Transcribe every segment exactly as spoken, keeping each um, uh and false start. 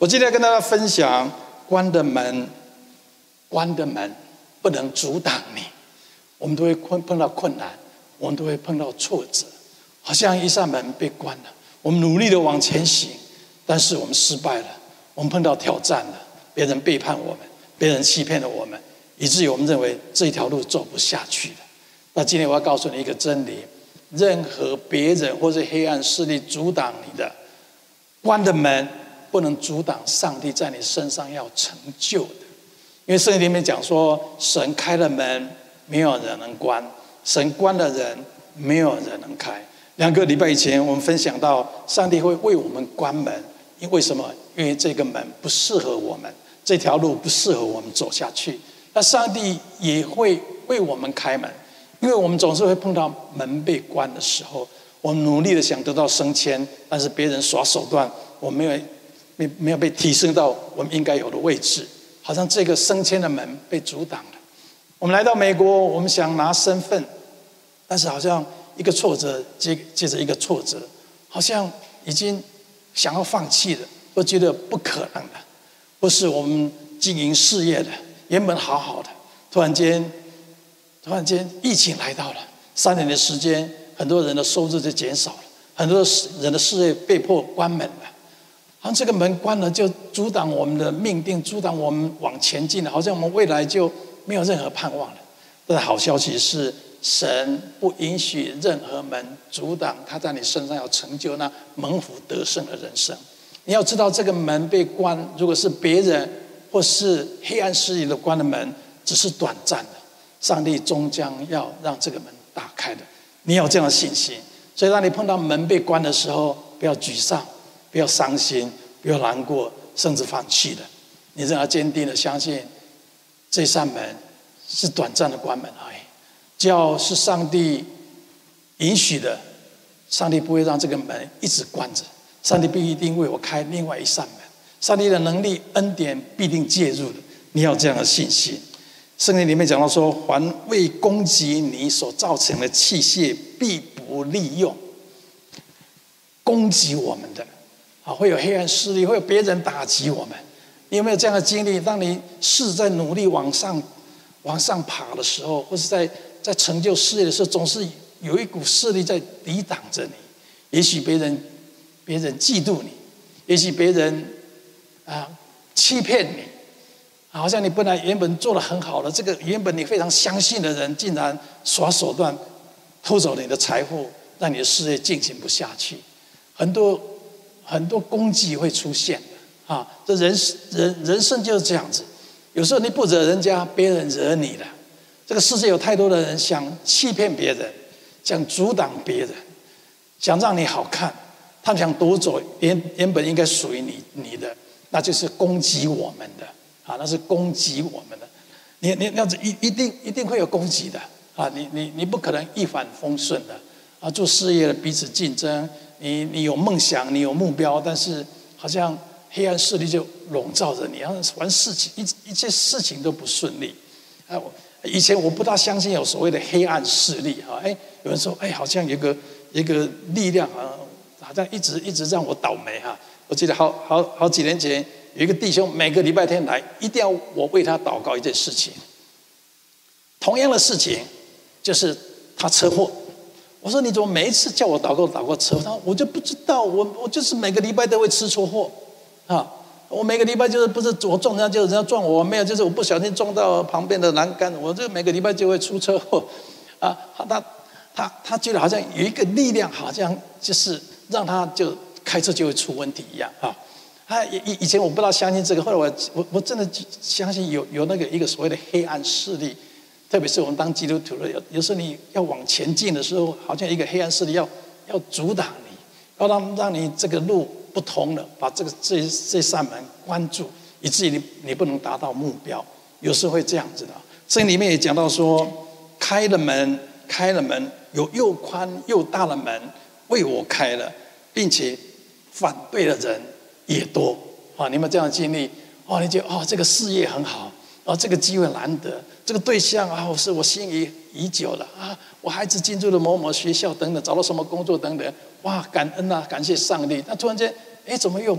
我今天跟大家分享，关的门，关的门不能阻挡你。我们都会碰到困难，我们都会碰到挫折，好像一扇门被关了，我们努力的往前行，但是我们失败了，我们碰到挑战了，别人背叛我们，别人欺骗了我们，以至于我们认为这条路走不下去了。那今天我要告诉你一个真理，任何别人或是黑暗势力阻挡你的关的门，不能阻挡上帝在你身上要成就的。因为圣经里面讲说，神开了门，没有人能关；神关了人，没有人能开。两个礼拜以前，我们分享到，上帝会为我们关门，因为什么？因为这个门不适合我们，这条路不适合我们走下去。那上帝也会为我们开门，因为我们总是会碰到门被关的时候，我们努力的想得到升迁，但是别人耍手段，我们没有没没有被提升到我们应该有的位置，好像这个升迁的门被阻挡了。我们来到美国，我们想拿身份，但是好像一个挫折接接着一个挫折，好像已经想要放弃了，或觉得不可能了。或是我们经营事业的，原本好好的，突然间突然间疫情来到了，三年的时间，很多人的收入就减少了，很多人的事业被迫关门了。好像这个门关了，就阻挡我们的命定，阻挡我们往前进了，好像我们未来就没有任何盼望了。但是好消息是，神不允许任何门阻挡他在你身上要成就那蒙福得胜的人生。你要知道，这个门被关，如果是别人或是黑暗势力的关的门，只是短暂的，上帝终将要让这个门打开的。你要有这样的信心。所以当你碰到门被关的时候，不要沮丧，不要伤心，不要难过，甚至放弃的。你仍要坚定的相信，这扇门是短暂的关门而已。只要是上帝允许的，上帝不会让这个门一直关着。上帝必定为我开另外一扇门。上帝的能力、恩典必定介入的。你要有这样的信心。圣经里面讲到说，凡为攻击你所造成的器械，必不利用。攻击我们的啊，会有黑暗势力，会有别人打击我们。你有没有这样的经历？当你是在努力往上、往上爬的时候，或是在在成就事业的时候，总是有一股势力在抵挡着你。也许别人别人嫉妒你，也许别人啊欺骗你，好像你本来原本做得很好的，这个原本你非常相信的人，竟然耍手段偷走你的财富，让你的事业进行不下去。很多很多攻击会出现的啊！这人人人生就是这样子，有时候你不惹人家，别人惹你了。这个世界有太多的人想欺骗别人，想阻挡别人，想让你好看，他们想夺走原原本应该属于你你的，那就是攻击我们的啊！那是攻击我们的。你你那样子一一定一定会有攻击的啊！你你你不可能一帆风顺的啊！做事业的彼此竞争。你你有梦想，你有目标，但是好像黑暗势力就笼罩着你，然后凡事情一一切事情都不顺利。啊，以前我不大相信有所谓的黑暗势力啊，哎，有人说，哎，好像有个一个力量啊，好像一直一直让我倒霉哈。我记得好好好几年前，有一个弟兄每个礼拜天来，一定要我为他祷告一件事情。同样的事情，就是他车祸。我说你怎么每一次叫我祷告祷告车祸？他说我就不知道，我我就是每个礼拜都会吃错祸，啊，我每个礼拜就是不是我撞人家，就是人家撞我，没有就是我不小心撞到旁边的栏杆，我这每个礼拜就会出车祸，啊，他他他觉得好像有一个力量，好像就是让他就开车就会出问题一样啊。他以以前我不知道相信这个，后来我我我真的相信有有那个一个所谓的黑暗势力。特别是我们当基督徒的，有有时候你要往前进的时候，好像一个黑暗势力要要阻挡你，要让让你这个路不通了，把这个这这扇门关住，以至于你你不能达到目标。有时候会这样子的。圣经里面也讲到说，开了门，开了门，有又宽又大的门为我开了，并且反对的人也多啊！你有没有这样的经历？哦，你觉得哦，这个事业很好。哦，这个机会难得，这个对象啊，我是我心仪已久了啊，我孩子进入了某某学校等等，找到什么工作等等，哇，感恩啊，感谢上帝。那突然间，哎，怎么又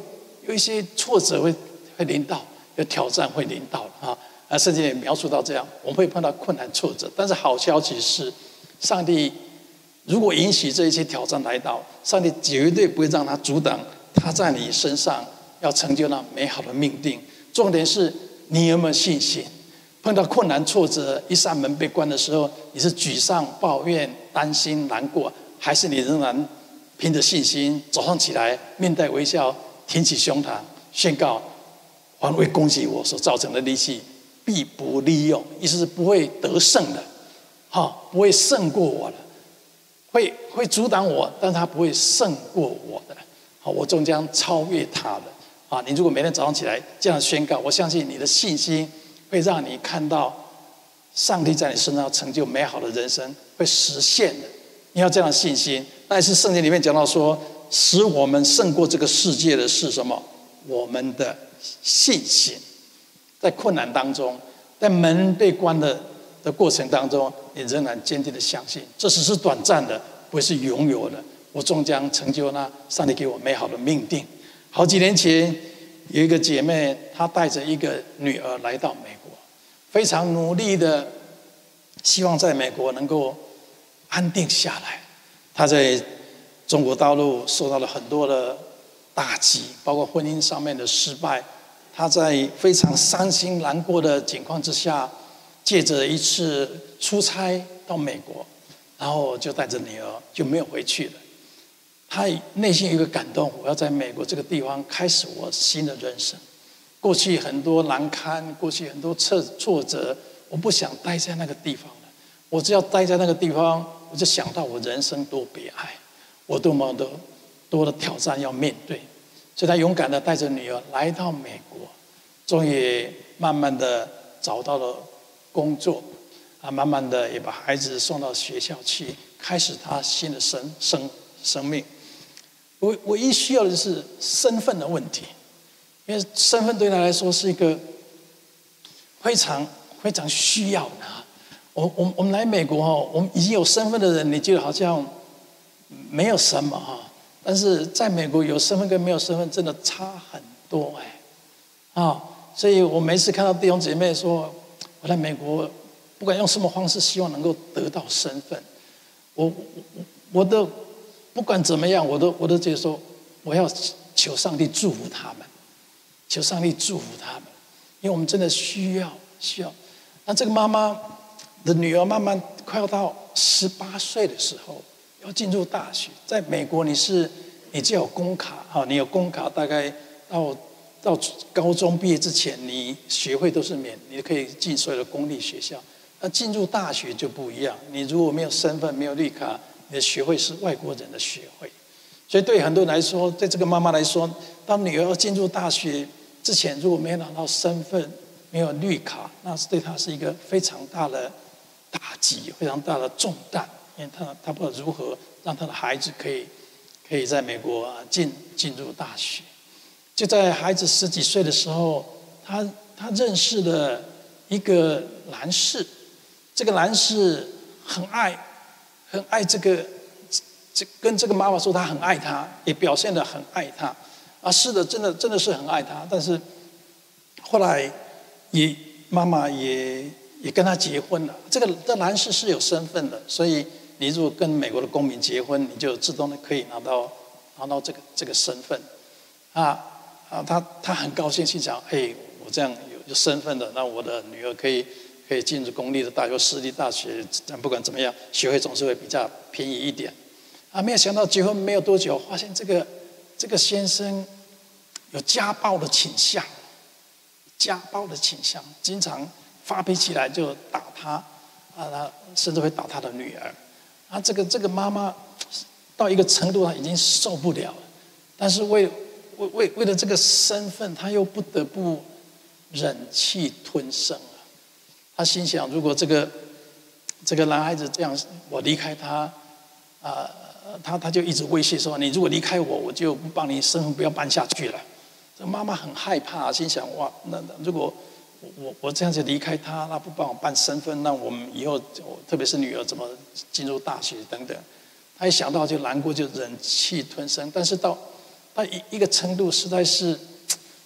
有一些挫折会会临到，有挑战会临到啊。啊，圣经也描述到这样，我们会碰到困难挫折，但是好消息是，上帝如果允许这一些挑战来到，上帝绝对不会让他阻挡他在你身上要成就那美好的命定。重点是你有没有信心？碰到困难挫折，一扇门被关的时候，你是沮丧、抱怨、担心、难过，还是你仍然凭着信心早上起来，面带微笑，挺起胸膛，宣告：凡为攻击我所造成的利器，必不利用，意思是不会得胜的，好，不会胜过我的，会会阻挡我，但是他不会胜过我的，好，我终将超越他的。啊，你如果每天早上起来这样宣告，我相信你的信心会让你看到上帝在你身上成就美好的人生会实现的。你要这样的信心，那也是圣经里面讲到说，使我们胜过这个世界的是什么？我们的信心。在困难当中，在门被关的的过程当中，你仍然坚定的相信，这只是短暂的，不会是永有的。我终将成就那上帝给我美好的命定。好几年前，有一个姐妹，她带着一个女儿来到美国，非常努力的，希望在美国能够安定下来。她在中国大陆受到了很多的打击，包括婚姻上面的失败。他在非常伤心难过的情况之下，借着一次出差到美国，然后就带着女儿就没有回去了。他内心有一个感动，我要在美国这个地方开始我新的人生。过去很多难堪，过去很多挫挫折，我不想待在那个地方了。我只要待在那个地方，我就想到我人生多悲哀，我多么的多的挑战要面对。所以他勇敢的带着女儿来到美国，终于慢慢的找到了工作，啊，慢慢的也把孩子送到学校去，开始他新的生生生命。我唯一需要的是身份的问题，因为身份对他来说是一个非常非常需要的。我我我们来美国哈，我们已经有身份的人，你觉得好像没有什么哈。但是在美国有身份跟没有身份真的差很多哎，啊，所以我每次看到弟兄姐妹说，我在美国不管用什么方式，希望能够得到身份，我我我都不管怎么样，我都我都觉得说，我要求上帝祝福他们，求上帝祝福他们，因为我们真的需要需要。那这个妈妈的女儿慢慢快要到十八岁的时候。要进入大学，在美国你是你就有公卡哈，你有公卡，大概到到高中毕业之前，你学费都是免，你可以进所有的公立学校。那进入大学就不一样，你如果没有身份、没有绿卡，你的学费是外国人的学费。所以对很多人来说，对这个妈妈来说，当女儿要进入大学之前，如果没有拿到身份、没有绿卡，那是对她是一个非常大的打击，非常大的重担。因为他他不知道如何让他的孩子可以可以在美国啊进进入大学。就在孩子十几岁的时候，他他认识了一个男士，这个男士很爱很爱这个这跟这个妈妈说他很爱他，也表现得很爱他啊，是的，真的真的是很爱他。但是后来也妈妈也也跟他结婚了。这个这男士是有身份的，所以。你如果跟美国的公民结婚，你就自动的可以拿到拿到这个这个身份，啊啊，他他很高兴，心想，哎，我这样有有身份的，那我的女儿可以可以进入公立的大学、私立大学，但不管怎么样，学费总是会比较便宜一点。啊，没有想到结婚没有多久，发现这个这个先生有家暴的倾向，家暴的倾向，经常发脾气来就打他，啊，他甚至会打他的女儿。啊，这个这个妈妈到一个程度，她已经受不了了，但是为为为为了这个身份，她又不得不忍气吞声啊。她心想，如果这个这个男孩子这样，我离开他，啊、呃，他他就一直威胁说，你如果离开我，我就不帮你身份不要办下去了。这妈妈很害怕，心想，哇，那那如果我我这样子离开他，他不帮我办身份，那我们以后特别是女儿怎么进入大学等等，他一想到就难过，就忍气吞声。但是到到一一个程度，实在是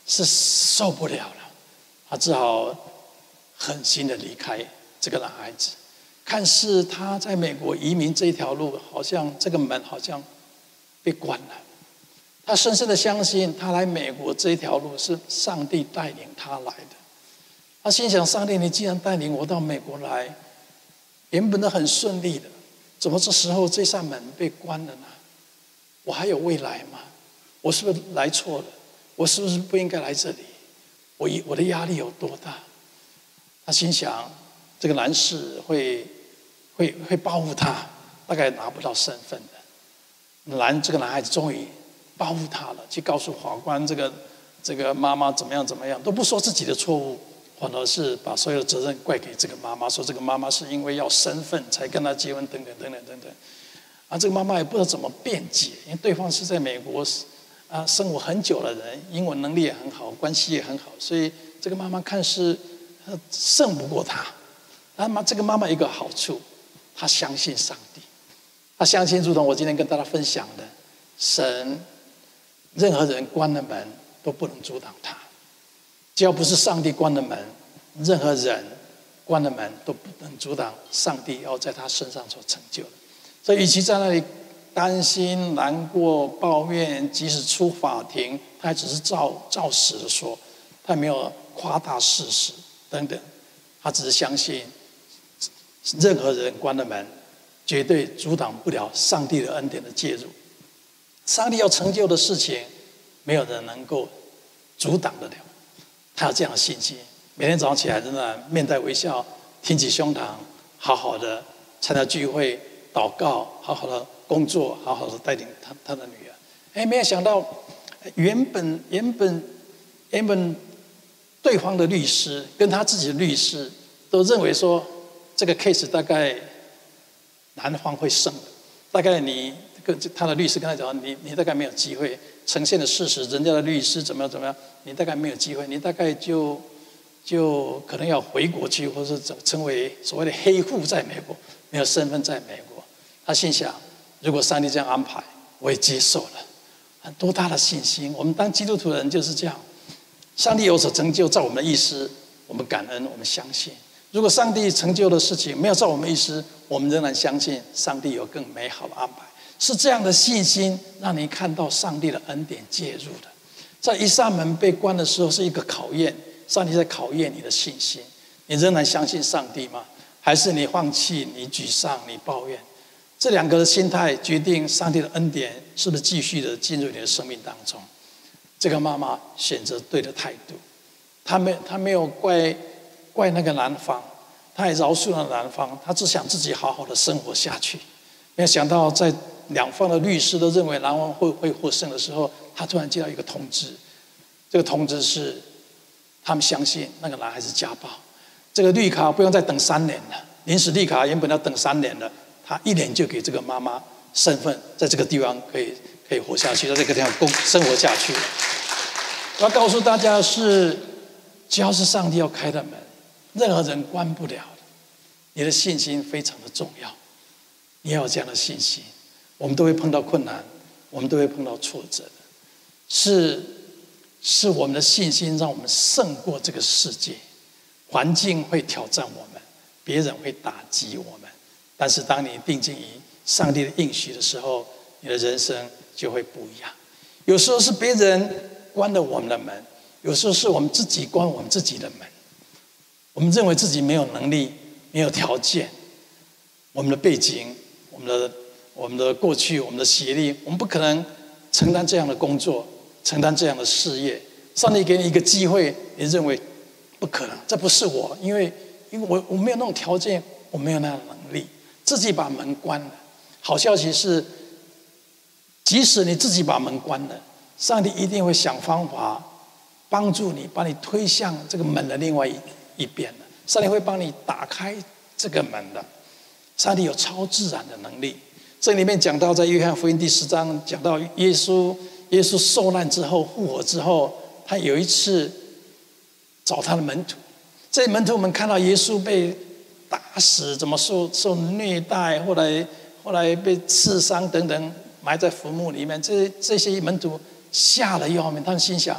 是受不了了，他只好狠心的离开这个男孩子。看似他在美国移民这一条路，好像这个门好像被关了。他深深的相信，他来美国这一条路是上帝带领他来的。他心想：上帝，你既然带领我到美国来，原本都很顺利的，怎么这时候这扇门被关了呢？我还有未来吗？我是不是来错了？我是不是不应该来这里？我我的压力有多大？他心想，这个男士会会会报复他，大概拿不到身份的。男这个男孩子终于报复他了，去告诉法官，这个这个妈妈怎么样怎么样，都不说自己的错误，反而是把所有的责任怪给这个妈妈，说这个妈妈是因为要身份才跟他结婚，等等等等等等。啊，这个妈妈也不知道怎么辩解，因为对方是在美国啊生活很久的人，英文能力也很好，关系也很好，所以这个妈妈看似胜不过他。那么这个妈妈有一个好处，她相信上帝，她相信如同我今天跟大家分享的，神任何人关了门都不能阻挡他，只要不是上帝关了门，任何人关了门都不能阻挡上帝要在他身上所成就的。所以与其在那里担心、难过、抱怨，即使出法庭，他还只是照照实的说，他没有夸大事实等等，他只是相信任何人关了门，绝对阻挡不了上帝的恩典的介入。上帝要成就的事情，没有人能够阻挡得了。他有这样的信心，每天早上起来仍然面带微笑，挺起胸膛，好好的参加聚会、祷告，好好的工作，好好的带领他他的女儿。哎，没有想到，原本原本原本对方的律师跟他自己的律师都认为说，这个 case 大概男方会胜的，大概你跟他的律师跟他讲，你你大概没有机会呈现的事实，人家的律师怎么样怎么样，你大概没有机会，你大概就就可能要回国去，或者是成为所谓的黑户，在美国没有身份在美国。他心想，如果上帝这样安排，我也接受了，多大的信心！我们当基督徒的人就是这样，上帝有所成就，照我们的意思，我们感恩，我们相信。如果上帝成就的事情没有照我们意思，我们仍然相信上帝有更美好的安排。是这样的信心，让你看到上帝的恩典介入的。在一扇门被关的时候，是一个考验，上帝在考验你的信心。你仍然相信上帝吗？还是你放弃、你沮丧、你抱怨？这两个的心态决定上帝的恩典是不是继续的进入你的生命当中。这个妈妈选择对的态度，她没她没有怪怪那个男方，她也饶恕了男方，她只想自己好好的生活下去。没有想到，在两方的律师都认为男方会会获胜的时候，她突然接到一个通知，这个通知是他们相信那个男孩子家暴，这个绿卡不用再等三年了，临时绿卡原本要等三年了。他一年就给这个妈妈身份，在这个地方可以可以活下去，在这个地方共生活下去。我要告诉大家的是，只要是上帝要开的门，任何人关不了的。你的信心非常的重要，你要有这样的信心。我们都会碰到困难，我们都会碰到挫折的，是是我们的信心让我们胜过这个世界。环境会挑战我们，别人会打击我们。但是当你定睛于上帝的应许的时候，你的人生就会不一样。有时候是别人关了我们的门，有时候是我们自己关我们自己的门。我们认为自己没有能力，没有条件，我们的背景，我们的我们的过去，我们的学历，我们不可能承担这样的工作，承担这样的事业。上帝给你一个机会，你认为不可能，这不是我，因为因为我我没有那种条件，我没有那样的能力。自己把门关了。好消息是，即使你自己把门关了，上帝一定会想方法帮助你，把你推向这个门的另外一一边的。上帝会帮你打开这个门的。上帝有超自然的能力。这里面讲到，在约翰福音第十章讲到耶稣，耶稣受难之后复活之后，他有一次找他的门徒，这些门徒们看到耶稣被打死，怎么受受虐待，后来后来被刺伤等等，埋在坟墓里面。这这些门徒吓得要命，他们心想：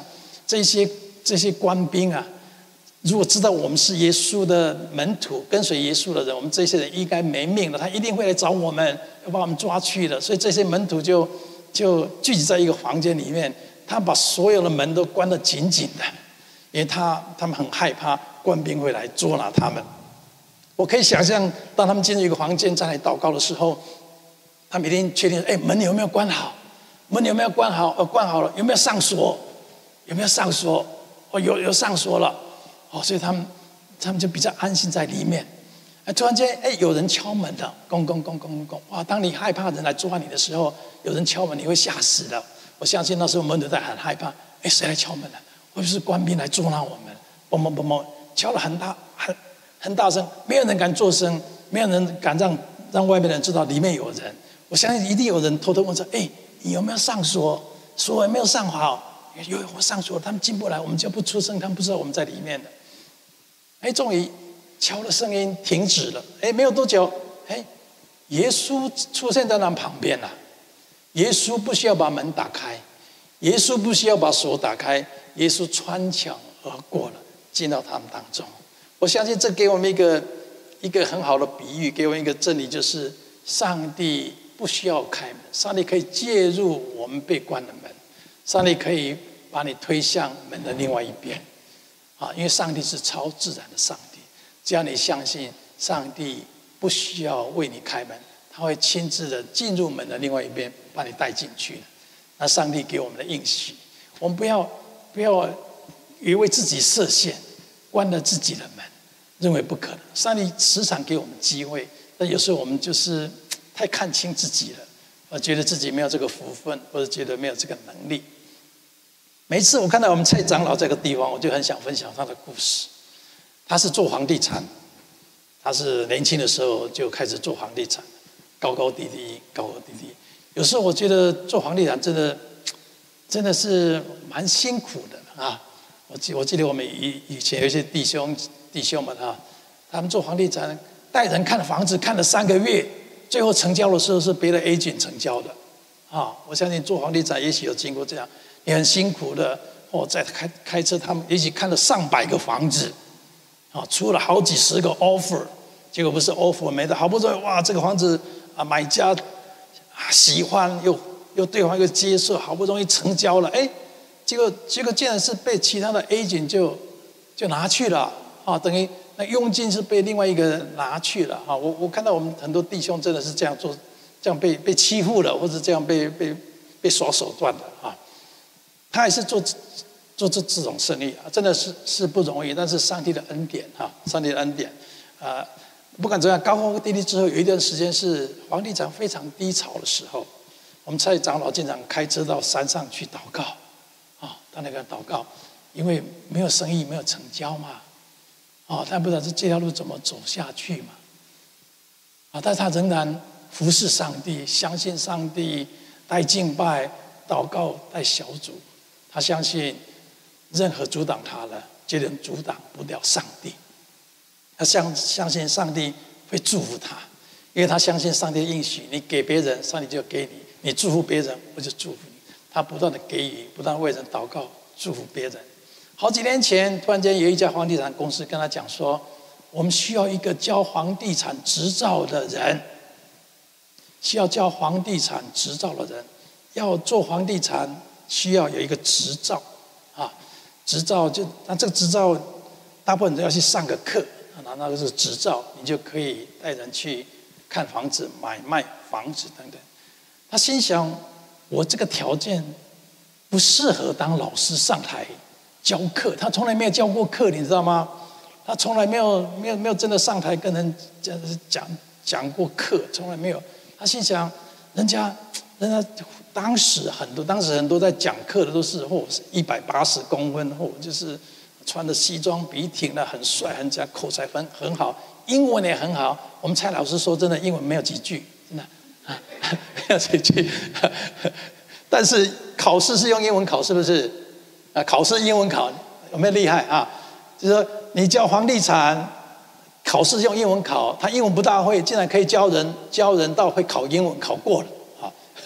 这些这些官兵啊，如果知道我们是耶稣的门徒，跟随耶稣的人，我们这些人应该没命了，他一定会来找我们，要把我们抓去的。所以这些门徒就就聚集在一个房间里面，他把所有的门都关得紧紧的，因为他他们很害怕官兵会来捉拿他们。我可以想象，当他们进入一个房间再来祷告的时候，他们一定确定：哎，门有没有关好？门有没有关好？呃，关好了，有没有上锁？有没有上锁？哦，有有上锁了。哦，所以他们他们就比较安心在里面。哎，突然间，哎，有人敲门了，咣咣咣咣咣！哇，当你害怕人来抓你的时候，有人敲门，你会吓死的。我相信那时候门徒在很害怕。哎，谁来敲门了？会不会是官兵来捉拿我们？嘣嘣嘣嘣，敲了很大很。很大声，没有人敢作声，没有人敢让让外面的人知道里面有人。我相信一定有人偷偷问说：“哎，你有没有上锁？锁有没有上好？”有，我上锁，他们进不来，我们就不出声，他们不知道我们在里面的。哎，终于敲的声音停止了。哎，没有多久，哎，耶稣出现在他们旁边了。耶稣不需要把门打开，耶稣不需要把锁打开，耶稣穿墙而过了，进到他们当中。我相信这给我们一个一个很好的比喻，给我们一个真理，就是上帝不需要开门，上帝可以介入我们被关的门，上帝可以把你推向门的另外一边，啊，因为上帝是超自然的上帝，只要你相信上帝不需要为你开门，他会亲自的进入门的另外一边，把你带进去的。那上帝给我们的应许，我们不要不要以为自己设限，关了自己的门，认为不可能。上帝时常给我们机会，但有时候我们就是太看清自己了，我觉得自己没有这个福分，或者觉得没有这个能力。每次我看到我们蔡长老这个地方，我就很想分享他的故事。他是做房地产，他是年轻的时候就开始做房地产，高高低低，高高低低。有时候我觉得做房地产真的真的是蛮辛苦的啊。我记我记得我们以以前有一些弟兄弟兄们啊，他们做房地产，带人看房子看了三个月，最后成交的时候是别的 agent 成交的，啊，我相信做房地产也许有经过这样，也很辛苦的。哦，在开开车，他们也许看了上百个房子，啊，出了好几十个 offer， 结果不是 offer 没的，好不容易哇，这个房子啊买家啊喜欢，又又对方又接受，好不容易成交了，哎。结果，结果竟然是被其他的 agent 就就拿去了啊！等于那佣金是被另外一个人拿去了啊！我我看到我们很多弟兄真的是这样做，这样被被欺负了，或者这样被被被耍手段的啊！他还是做做这这种生意啊，真的是是不容易。但是上帝的恩典啊，上帝的恩典啊，不管怎样，高高低低之后，有一段时间是房地产非常低潮的时候，我们蔡长老经常开车到山上去祷告。啊，他那个祷告，因为没有生意，没有成交嘛，啊，他不知道这这条路怎么走下去嘛，啊，但是他仍然服侍上帝，相信上帝，带敬拜、祷告、带小组，他相信任何阻挡他的，就能阻挡不了上帝。他相相信上帝会祝福他，因为他相信上帝的应许，你给别人，上帝就给你；你祝福别人，我就祝福你。他不断的给予，不断为人祷告，祝福别人。好几年前，突然间有一家房地产公司跟他讲说，我们需要一个教房地产执照的人，需要教房地产执照的人，要做房地产需要有一个执照啊，执照就那这个执照，大部分人要去上个课，那那个是执照，你就可以带人去看房子、买卖房子等等。他心想，我这个条件不适合当老师上台教课，他从来没有教过课，你知道吗？他从来没有没有没有真的上台跟人讲讲讲过课，从来没有。他心想，人家人家当时很多当时很多在讲课的都是或是一百八十公分，或就是穿的西装笔挺的，很帅，很讲口才很很好，英文也很好。我们蔡老师说真的，英文没有几句，真的。没有这句，但是考试是用英文考，是不是？啊，考试英文考有没有厉害啊？就是说你教房地产，考试用英文考，他英文不大会，竟然可以教人教人到会考英文，考过了啊！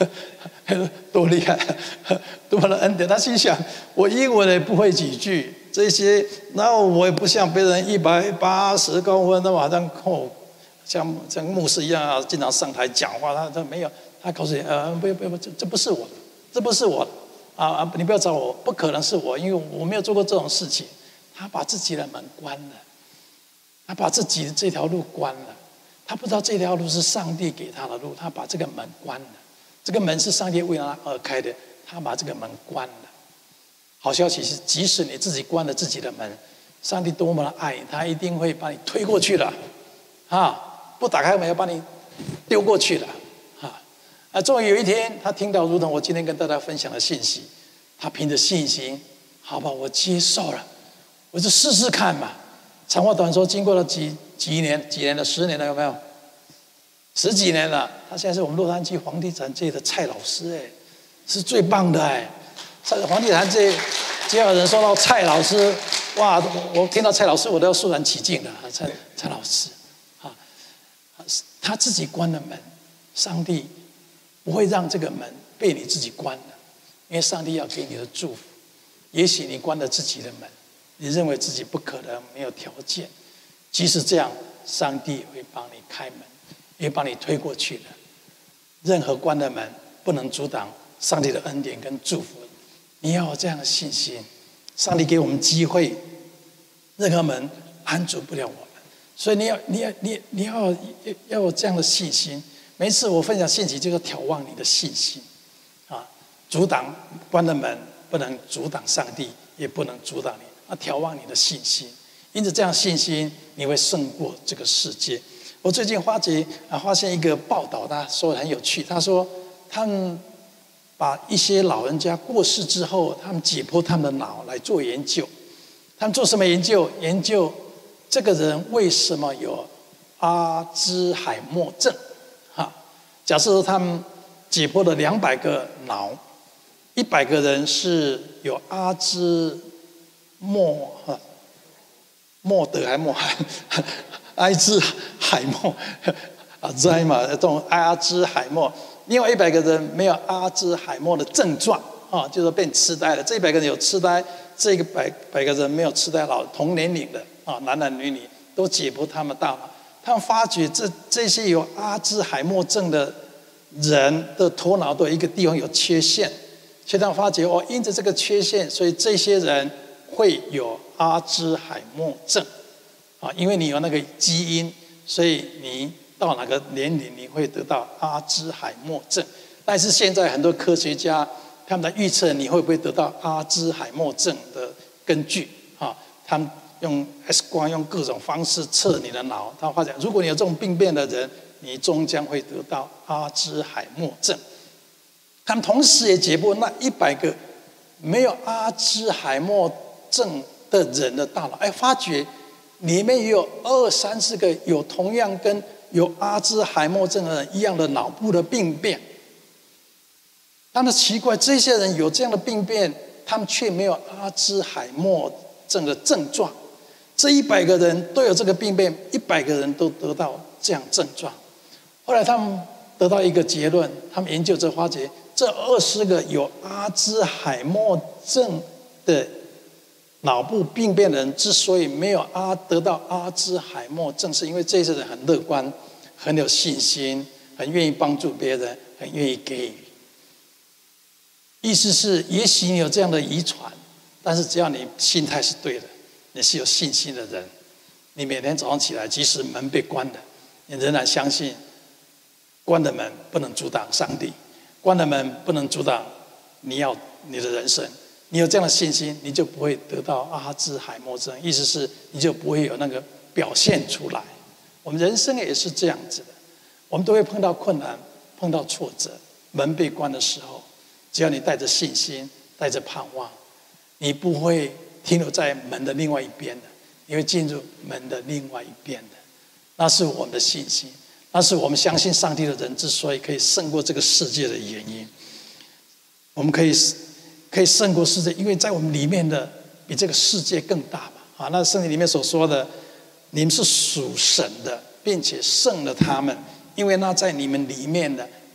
多厉害，多么的恩典。他心想，我英文也不会几句，这些，然后我也不像别人一百八十公分，那么好像哦，像像牧师一样啊，经常上台讲话。他他没有，他告诉你，呃，不不不，这这不是我的，这不是我的啊啊！你不要找我，不可能是我，因为我没有做过这种事情。他把自己的门关了，他把自己的这条路关了。他不知道这条路是上帝给他的路，他把这个门关了。这个门是上帝为他而开的，他把这个门关了。好消息是，即使你自己关了自己的门，上帝多么的爱你，他一定会把你推过去了，啊，不打开门要把你丢过去了，啊，啊，终于有一天，他听到如同我今天跟大家分享的信息，他凭着信心，好吧，我接受了，我就试试看嘛。长话短说，经过了几几年、几年了，十年了，有没有？十几年了，他现在是我们洛杉矶房地产界的蔡老师，哎，是最棒的哎。在房地产界，只要有人说到蔡老师，哇，我听到蔡老师我都要肃然起敬了。蔡蔡老师，啊，他自己关了门，上帝不会让这个门被你自己关了，因为上帝要给你的祝福。也许你关了自己的门。你认为自己不可能，没有条件，即使这样，上帝会帮你开门，也帮你推过去的。任何关的门不能阻挡上帝的恩典跟祝福。你要有这样的信心，上帝给我们机会，任何门拦阻不了我们。所以你要，你要，你你要要有这样的信心。每次我分享信息，就是眺望你的信心啊，阻挡关的门不能阻挡上帝，也不能阻挡你。啊，眺望你的信心，因此这样信心，你会胜过这个世界。我最近发觉啊，发现一个报道，他说很有趣。他说，他们把一些老人家过世之后，他们解剖他们的脑来做研究。他们做什么研究？研究这个人为什么有阿兹海默症？哈，假设说他们解剖了两百个脑，一百个人是有阿兹。莫哈莫德还莫海埃兹海默啊灾嘛，这种阿兹海默，另外一百个人没有阿兹海默的症状啊，就是变痴呆了。这一百个人有痴呆，这个百百个人没有痴呆，老同年龄的啊，男男女女都解剖他们大脑，他们发觉这这些有阿兹海默症的人的头脑都有一个地方有缺陷，所以他们发觉哦，因着这个缺陷，所以这些人。会有阿兹海默症，啊，因为你有那个基因，所以你到哪个年龄你会得到阿兹海默症。但是现在很多科学家他们在预测你会不会得到阿兹海默症的根据，啊，他们用 X 光用各种方式测你的脑，他发现如果你有这种病变的人，你终将会得到阿兹海默症。他们同时也解剖那一百个没有阿兹海默症的人的大脑，哎，发觉里面也有二三十个有同样跟有阿兹海默症的人一样的脑部的病变。但是奇怪，这些人有这样的病变，他们却没有阿兹海默症的症状。这一百个人都有这个病变，一百个人都得到这样症状。后来他们得到一个结论，他们研究这发觉，这二十个有阿兹海默症的脑部病变的人之所以没有阿得到阿兹海默症，是因为这些人很乐观、很有信心、很愿意帮助别人、很愿意给予。意思是，也许你有这样的遗传，但是只要你心态是对的，你是有信心的人，你每天早上起来，即使门被关了，你仍然相信，关的门不能阻挡上帝，关的门不能阻挡你要你的人生。你有这样的信心，你就不会得到阿兹海默症，意思是你就不会有那个表现出来。我们人生也是这样子的，我们都会碰到困难，碰到挫折，门被关的时候，只要你带着信心，带着盼望，你不会停留在门的另外一边的，你会进入门的另外一边的。那是我们的信心，那是我们相信上帝的人之所以可以胜过这个世界的原因。我们可以可以胜过世界，因为在我们里面的比这个世界更大嘛。啊，那圣经里面所说的，你们是属神的，并且胜了他们，因为那在你们里面的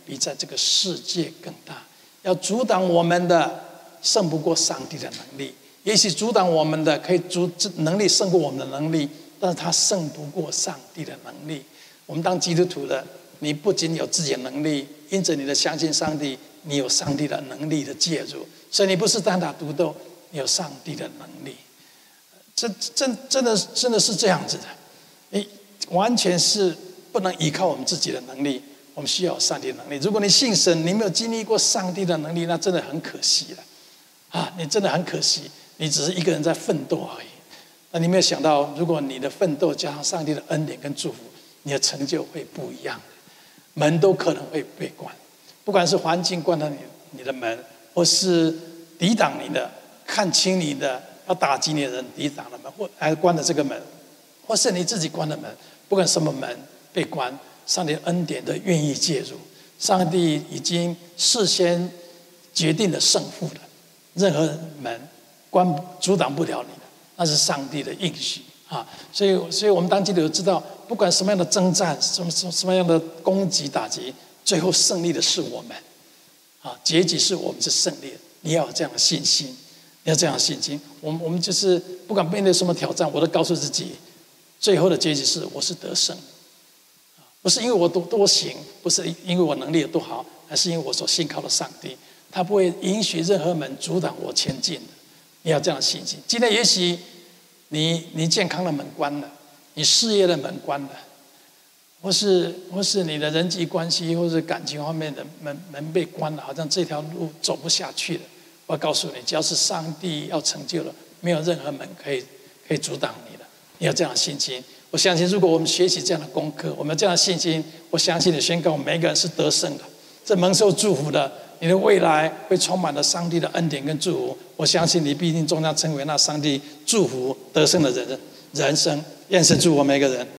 比在这个世界更大。要阻挡我们的，胜不过上帝的能力。也许阻挡我们的可以阻能力胜过我们的能力，但是它胜不过上帝的能力。我们当基督徒的，你不仅有自己的能力，因着你的相信上帝，你有上帝的能力的介入，所以你不是单打独斗，你有上帝的能力。这真真的真的是这样子的，你完全是不能依靠我们自己的能力，我们需要有上帝的能力。如果你信神，你没有经历过上帝的能力，那真的很可惜了啊！你真的很可惜，你只是一个人在奋斗而已。那你没有想到，如果你的奋斗加上上帝的恩典跟祝福，你的成就会不一样，门都可能会被关，不管是环境关了你你的门，或是抵挡你的、看轻你的、要打击你的人抵挡了门，或还关了这个门，或是你自己关了门，不管什么门被关，上帝的恩典都愿意介入。上帝已经事先决定了胜负了，任何门关阻挡不了你的，那是上帝的应许啊！所以，所以我们当基督徒知道，不管什么样的征战，什么什么什么样的攻击打击，最后胜利的是我们啊！结局是我们是胜利的。你要有这样的信心，你要这样的信心。我们我们就是不管面对什么挑战，我都告诉自己，最后的结局是我是得胜的。不是因为我多多行，不是因为我能力有多好，而是因为我所信靠的上帝，他不会允许任何门阻挡我前进的。你要这样的信心。今天也许你你健康的门关了，你事业的门关了，或是或是你的人际关系或是感情方面的门门被关了，好像这条路走不下去了。我要告诉你，只要是上帝要成就了，没有任何门可以可以阻挡你的。你要这样的信心。我相信，如果我们学习这样的功课，我们有这样的信心，我相信你宣告，我们每一个人是得胜的，这蒙受祝福的，你的未来会充满了上帝的恩典跟祝福。我相信你必定终将成为那上帝祝福得胜的人人生。愿神祝福我们每一个人。